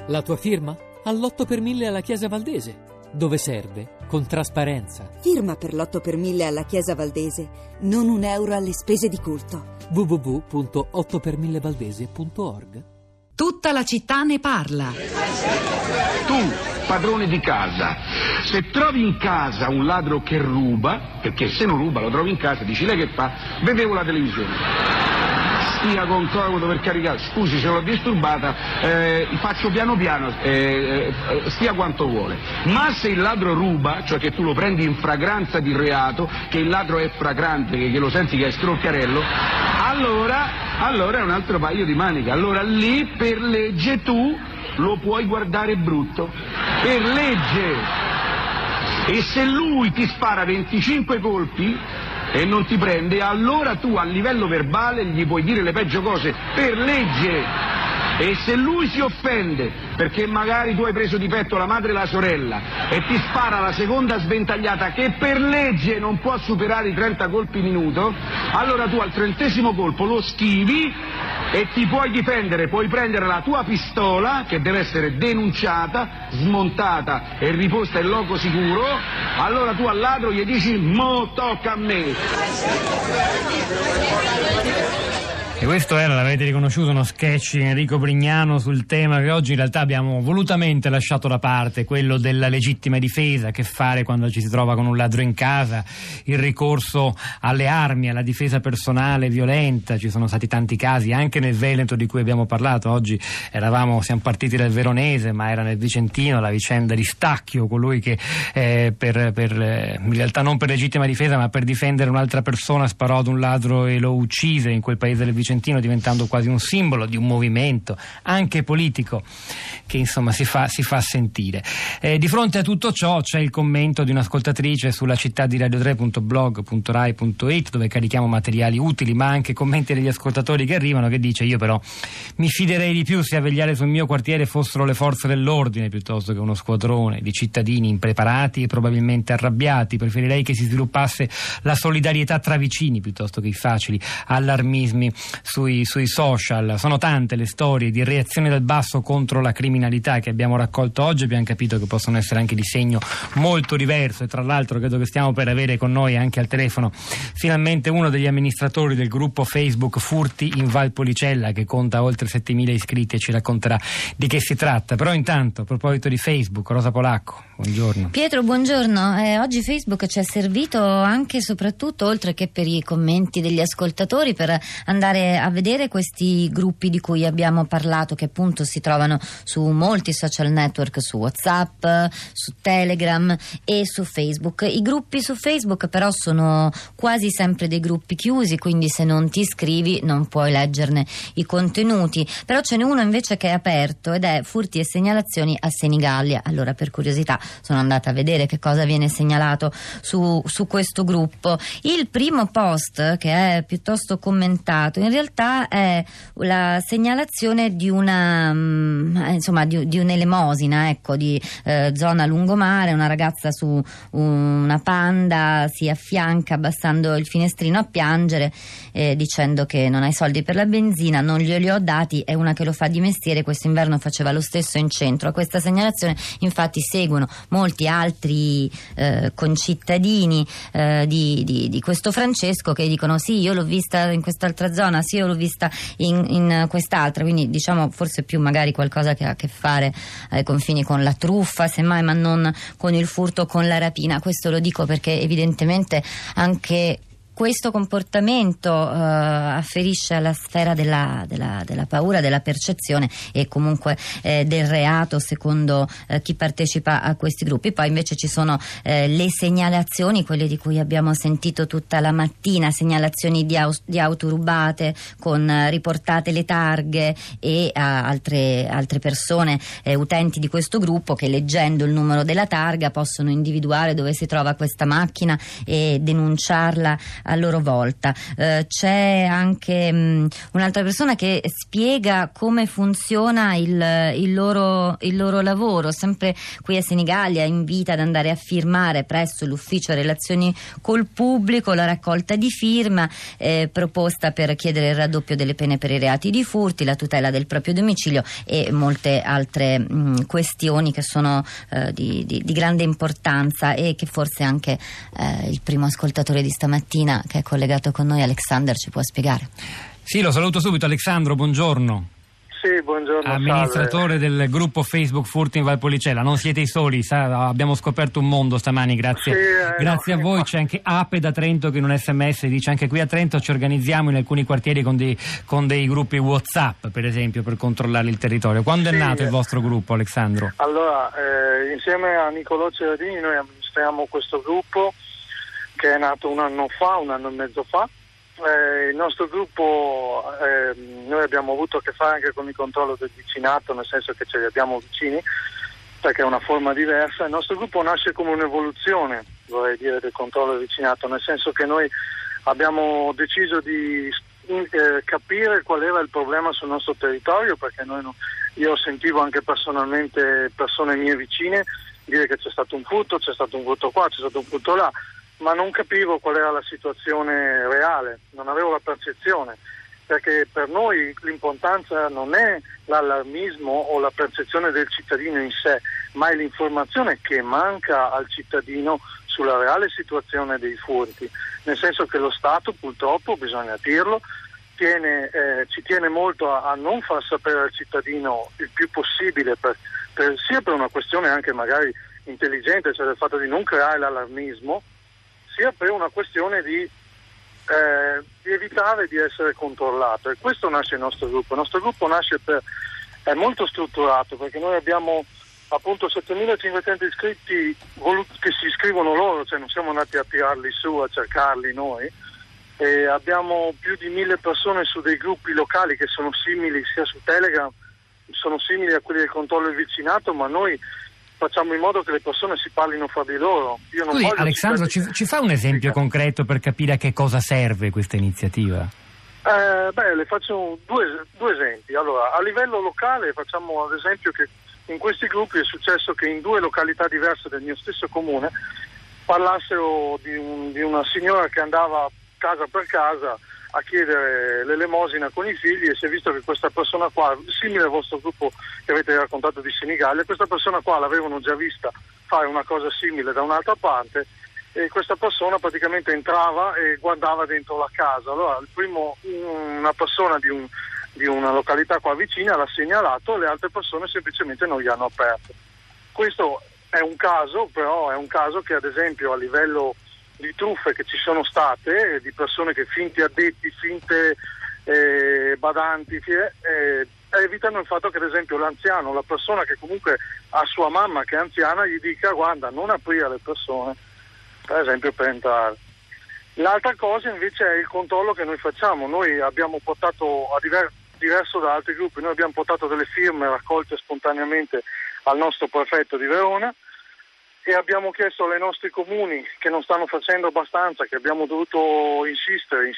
La tua firma? All'8 per 1000 alla Chiesa Valdese, dove serve con trasparenza. Firma per l'8 per 1000 alla Chiesa Valdese, non €1 alle spese di culto. www.8per1000valdese.org. Tutta la città ne parla. Tu, padrone di casa, se trovi in casa un ladro che ruba, perché se non ruba lo trovi in casa, dici: lei che fa? Vedevo la televisione. Stia con comodo per caricare, scusi se l'ho disturbata, faccio piano piano, stia quanto vuole. Ma se il ladro ruba, cioè che tu lo prendi in fragranza di reato, che il ladro è fragrante, che lo senti che è stroncarello, allora è un altro paio di maniche. Allora lì per legge tu lo puoi guardare brutto, per legge. E se lui ti spara 25 colpi e non ti prende, allora tu a livello verbale gli puoi dire le peggio cose, per legge. E se lui si offende perché magari tu hai preso di petto la madre e la sorella e ti spara la seconda sventagliata che per legge non può superare i 30 colpi minuto, allora tu al 30° colpo lo schivi e ti puoi difendere, puoi prendere la tua pistola che deve essere denunciata, smontata e riposta in loco sicuro, allora tu al ladro gli dici: mo tocca a me. E questo era, l'avete riconosciuto, uno sketch di Enrico Brignano sul tema che oggi in realtà abbiamo volutamente lasciato da parte, quello della legittima difesa, che fare quando ci si trova con un ladro in casa, il ricorso alle armi, alla difesa personale violenta. Ci sono stati tanti casi anche nel Veneto di cui abbiamo parlato. Oggi siamo partiti dal Veronese, ma era nel Vicentino la vicenda di Stacchio, colui che in realtà non per legittima difesa ma per difendere un'altra persona sparò ad un ladro e lo uccise in quel paese del Vicentino, diventando quasi un simbolo di un movimento anche politico che insomma si fa sentire. Di fronte a tutto ciò c'è il commento di un'ascoltatrice sulla città di radio3.blog.rai.it, dove carichiamo materiali utili ma anche commenti degli ascoltatori che arrivano, che dice: io però mi fiderei di più se a vegliare sul mio quartiere fossero le forze dell'ordine piuttosto che uno squadrone di cittadini impreparati e probabilmente arrabbiati. Preferirei che si sviluppasse la solidarietà tra vicini piuttosto che i facili allarmismi sui social. Sono tante le storie di reazione dal basso contro la criminalità che abbiamo raccolto oggi. Abbiamo capito che possono essere anche di segno molto diverso, e tra l'altro credo che stiamo per avere con noi anche al telefono finalmente uno degli amministratori del gruppo Facebook Furti in Valpolicella, che conta oltre 7.000 iscritti, e ci racconterà di che si tratta. Però intanto, a proposito di Facebook, Rosa Polacco, buongiorno. Pietro, buongiorno. Oggi Facebook ci è servito anche e soprattutto, oltre che per i commenti degli ascoltatori, per andare a vedere questi gruppi di cui abbiamo parlato, che appunto si trovano su molti social network, su WhatsApp, su Telegram e su Facebook. I gruppi su Facebook però sono quasi sempre dei gruppi chiusi, quindi se non ti iscrivi non puoi leggerne i contenuti. Però ce n'è uno invece che è aperto ed è Furti e segnalazioni a Senigallia. Allora, per curiosità sono andata a vedere che cosa viene segnalato su questo gruppo. Il primo post, che è piuttosto commentato, in realtà è la segnalazione di una di un'elemosina, ecco, di zona lungomare. Una ragazza su una Panda si affianca abbassando il finestrino a piangere, dicendo che non hai soldi per la benzina, non glieli ho dati. È una che lo fa di mestiere, quest'inverno faceva lo stesso in centro. A questa segnalazione infatti seguono molti altri concittadini di questo Francesco, che dicono: sì, io l'ho vista in quest'altra zona, sì, io l'ho vista in quest'altra. Quindi diciamo forse più magari qualcosa che ha a che fare ai confini con la truffa, semmai, ma non con il furto o con la rapina. Questo lo dico perché evidentemente anche questo comportamento afferisce alla sfera della paura, della percezione e comunque del reato, secondo chi partecipa a questi gruppi. Poi invece ci sono le segnalazioni, quelle di cui abbiamo sentito tutta la mattina, segnalazioni di auto rubate con riportate le targhe, e altre persone, utenti di questo gruppo, che leggendo il numero della targa possono individuare dove si trova questa macchina e denunciarla a loro volta. C'è anche un'altra persona che spiega come funziona il loro lavoro, sempre qui a Senigallia. Invita ad andare a firmare presso l'ufficio relazioni col pubblico la raccolta di firma proposta per chiedere il raddoppio delle pene per i reati di furti, la tutela del proprio domicilio e molte altre questioni che sono di grande importanza e che forse anche il primo ascoltatore di stamattina che è collegato con noi, Alexander, ci può spiegare. Sì, lo saluto subito. Alexandro, buongiorno. Sì, buongiorno. Amministratore salve. del gruppo Facebook Furti in Valpolicella. Non siete i soli, abbiamo scoperto un mondo stamani grazie a voi. C'è anche Ape da Trento che in un SMS dice: anche qui a Trento ci organizziamo in alcuni quartieri con dei gruppi WhatsApp, per esempio, per controllare il territorio. Quando è nato il vostro gruppo, Alexandro? Allora, insieme a Nicolò Ceradini noi amministriamo questo gruppo che è nato un anno e mezzo fa. Il nostro gruppo, noi abbiamo avuto a che fare anche con il controllo del vicinato, nel senso che ce li abbiamo vicini, perché è una forma diversa. Il nostro gruppo nasce come un'evoluzione, vorrei dire, del controllo del vicinato, nel senso che noi abbiamo deciso di capire qual era il problema sul nostro territorio, perché io sentivo anche personalmente persone mie vicine dire che c'è stato un furto qua, c'è stato un furto là, ma non capivo qual era la situazione reale, non avevo la percezione, perché per noi l'importanza non è l'allarmismo o la percezione del cittadino in sé, ma è l'informazione che manca al cittadino sulla reale situazione dei furti, nel senso che lo Stato, purtroppo, bisogna dirlo, ci tiene molto a non far sapere al cittadino il più possibile, sia per una questione anche magari intelligente, cioè del fatto di non creare l'allarmismo, sia per una questione di evitare di essere controllato. E questo nasce il nostro gruppo. Il nostro gruppo è molto strutturato, perché noi abbiamo appunto 7.500 iscritti che si iscrivono loro, cioè non siamo andati a tirarli su, a cercarli noi, e abbiamo più di 1.000 persone su dei gruppi locali che sono simili, sia su Telegram, sono simili a quelli del controllo del vicinato, ma noi facciamo in modo che le persone si parlino fra di loro. Scusi, Alexandro, ci fa un esempio concreto per capire a che cosa serve questa iniziativa? Le faccio due esempi. Allora, a livello locale facciamo ad esempio che in questi gruppi è successo che in 2 località diverse del mio stesso comune parlassero di una signora che andava casa per casa a chiedere l'elemosina con i figli, e si è visto che questa persona qua, simile al vostro gruppo che avete raccontato di Senigallia, questa persona qua l'avevano già vista fare una cosa simile da un'altra parte, e questa persona praticamente entrava e guardava dentro la casa. Allora una persona di una località qua vicina l'ha segnalato, le altre persone semplicemente non gli hanno aperto. Questo è un caso, però è un caso che ad esempio a livello di truffe che ci sono state, di persone che finti addetti, finte badanti, evitano il fatto che ad esempio l'anziano, la persona che comunque ha sua mamma che è anziana, gli dica: guarda, non aprire alle persone, per esempio, per entrare. L'altra cosa invece è il controllo che noi facciamo. Noi abbiamo portato, diverso da altri gruppi, noi abbiamo portato delle firme raccolte spontaneamente al nostro prefetto di Verona, e abbiamo chiesto ai nostri comuni che non stanno facendo abbastanza, che abbiamo dovuto insistere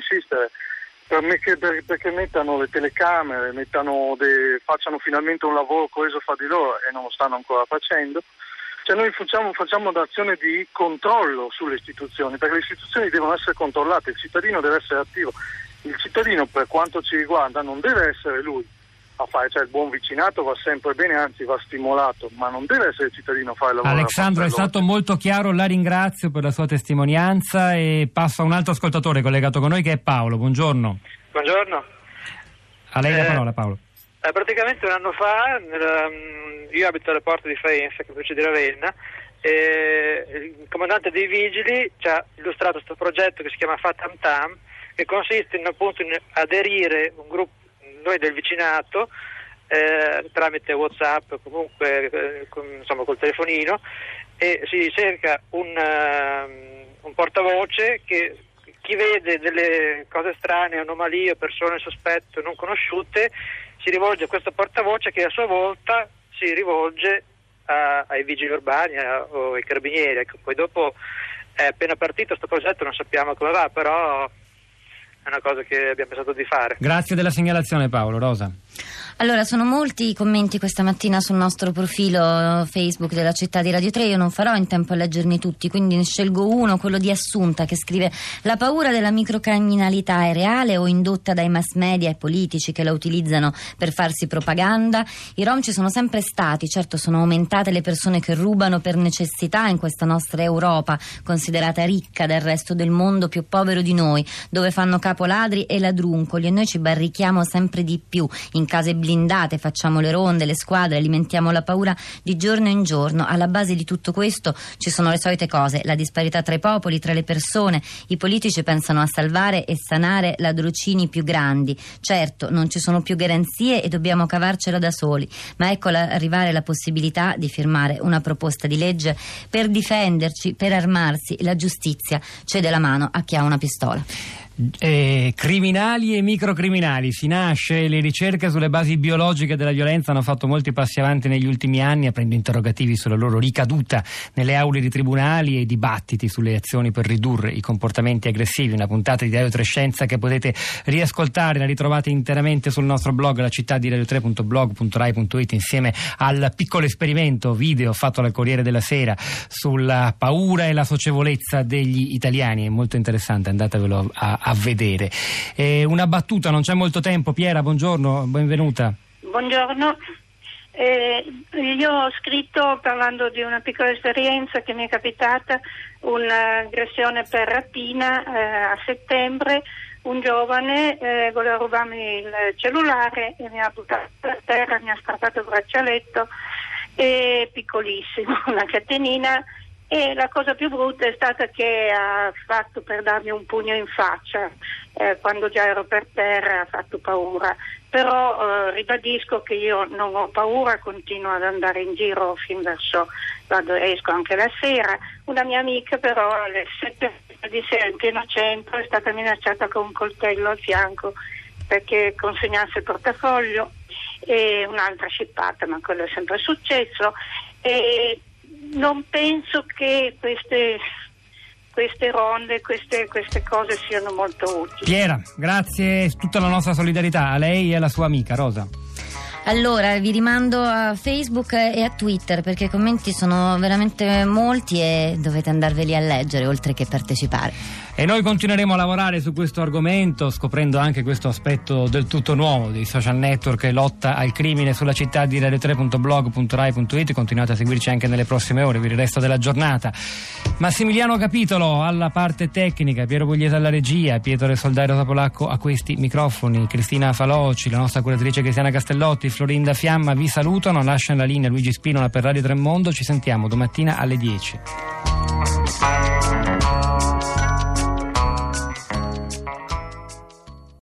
perché mettano le telecamere, facciano finalmente un lavoro coeso fra di loro, e non lo stanno ancora facendo. Cioè noi facciamo un'azione di controllo sulle istituzioni, perché le istituzioni devono essere controllate, il cittadino deve essere attivo. Il cittadino, per quanto ci riguarda, non deve essere lui a fare, cioè il buon vicinato va sempre bene, anzi va stimolato, ma non deve essere il cittadino a fare il lavoro. Alexandro, è stato molto chiaro, la ringrazio per la sua testimonianza, e passo a un altro ascoltatore collegato con noi che è Paolo. Buongiorno. Buongiorno. A lei la parola, Paolo. Praticamente un anno fa, io abito alle porte di Faenza, che provincia di Ravenna, il comandante dei vigili ci ha illustrato questo progetto che si chiama Fatam Tam, che consiste in aderire un gruppo, noi del vicinato, tramite WhatsApp, comunque col telefonino, e si cerca un portavoce che chi vede delle cose strane, anomalie, persone sospette non conosciute, si rivolge a questo portavoce, che a sua volta si rivolge ai vigili urbani o ai carabinieri. Ecco, poi dopo è appena partito questo progetto, non sappiamo come va, però è una cosa che abbiamo pensato di fare. Grazie della segnalazione, Paolo. Rosa. Allora, sono molti i commenti questa mattina sul nostro profilo Facebook della Città di Radio 3. Io non farò in tempo a leggerli tutti, quindi ne scelgo uno, quello di Assunta, che scrive: la paura della microcriminalità è reale o indotta dai mass media e politici che la utilizzano per farsi propaganda? I rom ci sono sempre stati, certo sono aumentate le persone che rubano per necessità in questa nostra Europa, considerata ricca del resto del mondo, più povero di noi, dove fanno capo ladri e ladruncoli, e noi ci barrichiamo sempre di più in case blindate, facciamo le ronde, le squadre, alimentiamo la paura di giorno in giorno. Alla base di tutto questo ci sono le solite cose: la disparità tra i popoli, tra le persone. I politici pensano a salvare e sanare ladrocini più grandi. Certo, non ci sono più garanzie e dobbiamo cavarcela da soli, ma ecco arrivare la possibilità di firmare una proposta di legge per difenderci, per armarsi. La giustizia cede la mano a chi ha una pistola. Criminali e microcriminali, si nasce, le ricerche sulle basi biologiche della violenza hanno fatto molti passi avanti negli ultimi anni, aprendo interrogativi sulla loro ricaduta nelle aule di tribunali e dibattiti sulle azioni per ridurre i comportamenti aggressivi. Una puntata di Radio 3 Scienza che potete riascoltare, la ritrovate interamente sul nostro blog, la città di radio3.blog.rai.it, insieme al piccolo esperimento video fatto dal Corriere della Sera sulla paura e la socievolezza degli italiani. È molto interessante, andatevelo a vedere. Una battuta, non c'è molto tempo. Piera, buongiorno, benvenuta. Buongiorno. Io ho scritto parlando di una piccola esperienza che mi è capitata, un'aggressione per rapina a settembre. Un giovane voleva rubarmi il cellulare e mi ha buttato per terra, mi ha strappato il braccialetto, piccolissimo, una catenina. E la cosa più brutta è stata che ha fatto per darmi un pugno in faccia, quando già ero per terra, ha fatto paura. Però ribadisco che io non ho paura, continuo ad andare in giro fin verso, esco anche la sera. Una mia amica però alle 7 di sera in pieno centro è stata minacciata con un coltello al fianco perché consegnasse il portafoglio, e un'altra scippata, ma quello è sempre successo. E non penso che queste ronde, queste cose siano molto utili. Piera, grazie, tutta la nostra solidarietà a lei e alla sua amica Rosa. Allora, vi rimando a Facebook e a Twitter, perché i commenti sono veramente molti e dovete andarveli a leggere oltre che partecipare. E noi continueremo a lavorare su questo argomento, scoprendo anche questo aspetto del tutto nuovo dei social network e lotta al crimine sulla città di radio3.blog.rai.it. Continuate a seguirci anche nelle prossime ore per il resto della giornata. Massimiliano Capitolo alla parte tecnica, Piero Pugliese alla regia, Pietro Soldai Rosa Polacco a questi microfoni, Cristina Faloci, la nostra curatrice Cristiana Castellotti, Florinda Fiamma vi salutano, lasciano la linea Luigi Spinola per Radio 3 Mondo. Ci sentiamo domattina alle 10.